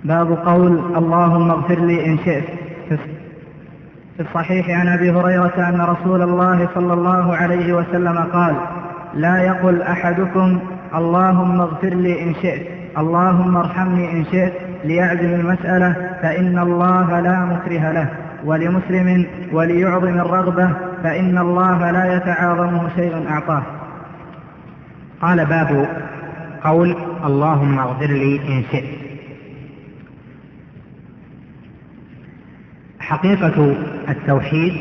باب قول اللهم اغفر لي إن شئت. في الصحيح عن أبي هريرة أن رسول الله صلى الله عليه وسلم قال: لا يقل أحدكم اللهم اغفر لي إن شئت، اللهم ارحمني إن شئت، ليعزم المسألة فإن الله لا مكره له. ولمسلم: وليعظم الرغبة فإن الله لا يتعاظمه شيء أعطاه. قال: باب قول اللهم اغفر لي إن شئت. حقيقة التوحيد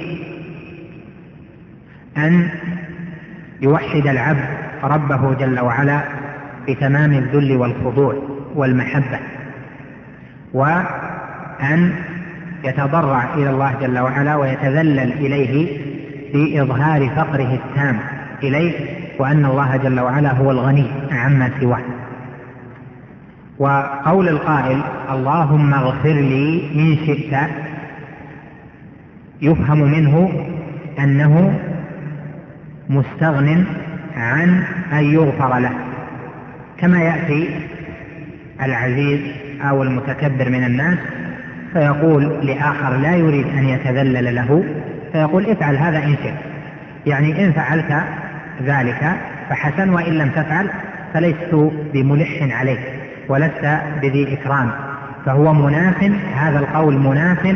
أن يوحد العبد ربه جل وعلا بتمام الذل والخضوع والمحبة، وأن يتضرع إلى الله جل وعلا ويتذلل إليه بإظهار فقره التام إليه، وأن الله جل وعلا هو الغني عما سواه. وقول القائل اللهم اغفر لي إن شئت يفهم منه أنه مستغن عن أن يغفر له، كما يأتي العزيز أو المتكبر من الناس فيقول لآخر لا يريد أن يتذلل له، فيقول افعل هذا إن شئت، يعني إن فعلت ذلك فحسن، وإن لم تفعل فلست بملح عليك ولست بذي إكرام. فهو مناف، هذا القول مناف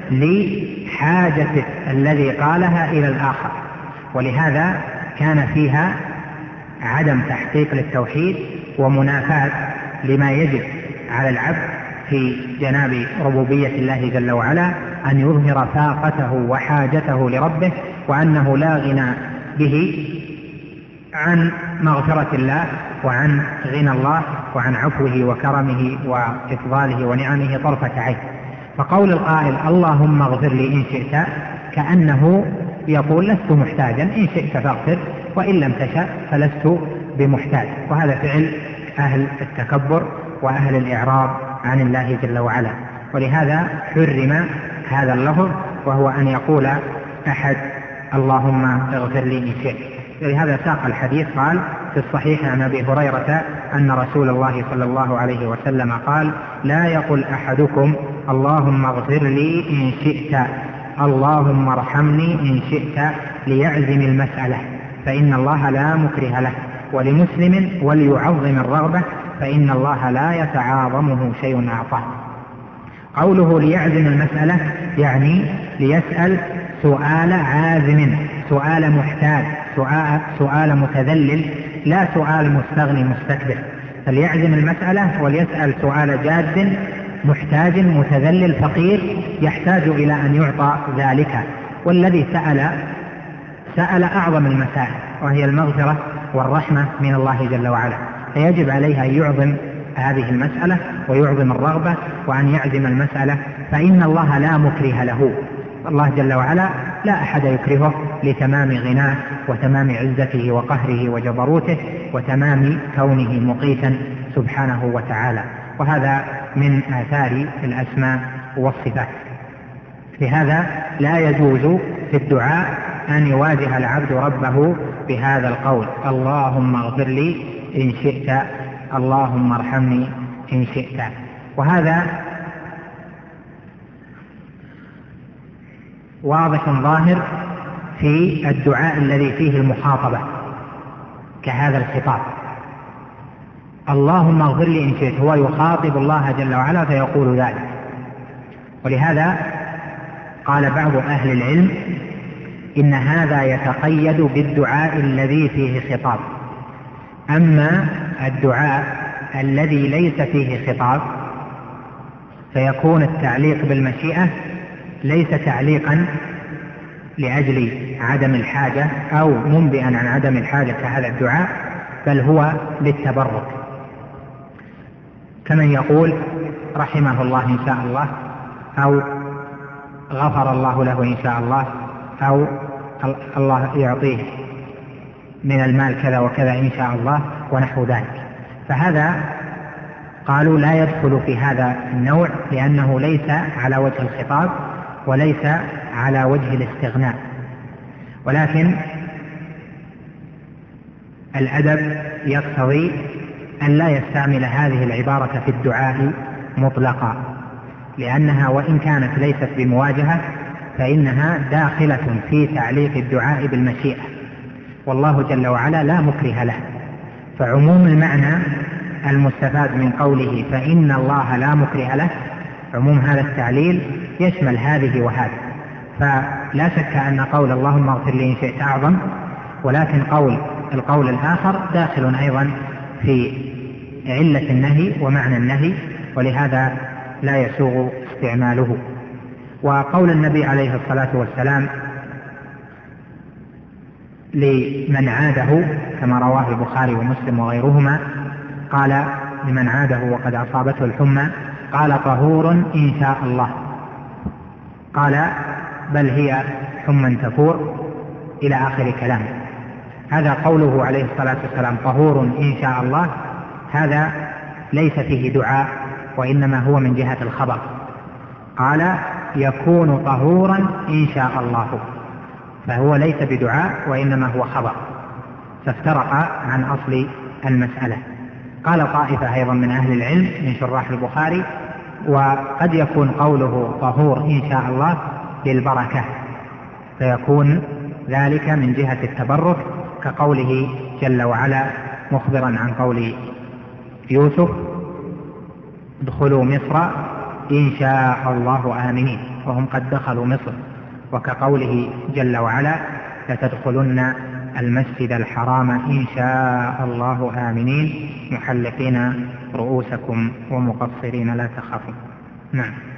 لحاجة الذي قالها إلى الآخر، ولهذا كان فيها عدم تحقيق للتوحيد ومنافاة لما يجب على العبد في جناب ربوبية الله جل وعلا، أن يظهر فاقته وحاجته لربه، وأنه لا غنى به عن مغفرة الله وعن غنى الله وعن عفوه وكرمه وإفضاله ونعمه طرفة عين. فقول القائل اللهم اغفر لي إن شئت كأنه يقول لست محتاجا، إن شئت فاغفر وإن لم تشأ فلست بمحتاج. وهذا فعل أهل التكبر وأهل الإعراض عن الله جل وعلا، ولهذا حرم هذا اللفظ، وهو أن يقول أحد اللهم اغفر لي إن شئت. لهذا ساق الحديث قال في الصحيح عن أبي هريرة أن رسول الله صلى الله عليه وسلم قال: لا يقل أحدكم اللهم اغفر لي إن شئت، اللهم ارحمني إن شئت، ليعزم المسألة فإن الله لا مكره له. ولمسلم: وليعظم الرغبة فإن الله لا يتعاظمه شيء أعطاه. قوله ليعزم المسألة يعني ليسأل سؤال عازم، سؤال محتاج، سؤال متذلل، لا سؤال مستغني مستكبر. فليعزم المسألة وليسأل سؤال جاد محتاج متذلل فقير يحتاج إلى أن يعطى ذلك. والذي سأل أعظم المسائل وهي المغفرة والرحمة من الله جل وعلا، فيجب عليه أن يعظم هذه المسألة ويعظم الرغبة وأن يعزم المسألة، فإن الله لا مكره له. الله جل وعلا لا أحد يكرهه لتمام غناه وتمام عزته وقهره وجبروته وتمام كونه مقيتا سبحانه وتعالى. وهذا من آثار الأسماء والصفات. لهذا لا يجوز في الدعاء أن يواجه العبد ربه بهذا القول اللهم اغفر لي إن شئت، اللهم ارحمني إن شئت. وهذا واضح ظاهر في الدعاء الذي فيه المخاطبة كهذا الخطاب اللهم اغفر لي إن شئت، هو يخاطب الله جل وعلا فيقول ذلك. ولهذا قال بعض أهل العلم إن هذا يتقيد بالدعاء الذي فيه خطاب، أما الدعاء الذي ليس فيه خطاب فيكون التعليق بالمشيئة ليس تعليقا لأجل عدم الحاجة أو منبئا عن عدم الحاجة كهذا الدعاء، بل هو للتبرك، كمن يقول رحمه الله إن شاء الله، أو غفر الله له إن شاء الله، أو الله يعطيه من المال كذا وكذا إن شاء الله، ونحو ذلك. فهذا قالوا لا يدخل في هذا النوع لأنه ليس على وجه الخطاب وليس على وجه الاستغناء. ولكن الأدب يقتضي أن لا يستعمل هذه العبارة في الدعاء مطلقا، لأنها وإن كانت ليست بمواجهة فإنها داخلة في تعليق الدعاء بالمشيئة، والله جل وعلا لا مكره له. فعموم المعنى المستفاد من قوله فإن الله لا مكره له، عموم هذا التعليل يشمل هذه وهذه. فلا شك أن قول اللهم اغفر لي إن شئت أعظم، ولكن القول الآخر داخل أيضا في علة النهي ومعنى النهي، ولهذا لا يسوغ استعماله. وقول النبي عليه الصلاة والسلام لمن عاده كما رواه البخاري ومسلم وغيرهما، قال لمن عاده وقد أصابته الحمى قال طهور إن شاء الله، قال بل هي حمى تفور إلى آخر كلامه. هذا قوله عليه الصلاة والسلام طهور إن شاء الله، هذا ليس فيه دعاء وإنما هو من جهة الخبر، قال يكون طهورا إن شاء الله، فهو ليس بدعاء وإنما هو خبر، فافترق عن أصل المسألة. قال طائفة أيضا من أهل العلم من شراح البخاري وقد يكون قوله طهور إن شاء الله للبركة، فيكون ذلك من جهة التبرك كقوله جل وعلا مخبرا عن قول يوسف ادخلوا مصر إن شاء الله آمنين، وهم قد دخلوا مصر، وكقوله جل وعلا لتدخلن المسجد الحرام إن شاء الله آمنين محلقين رؤوسكم ومقصرين لا تخافون. نعم.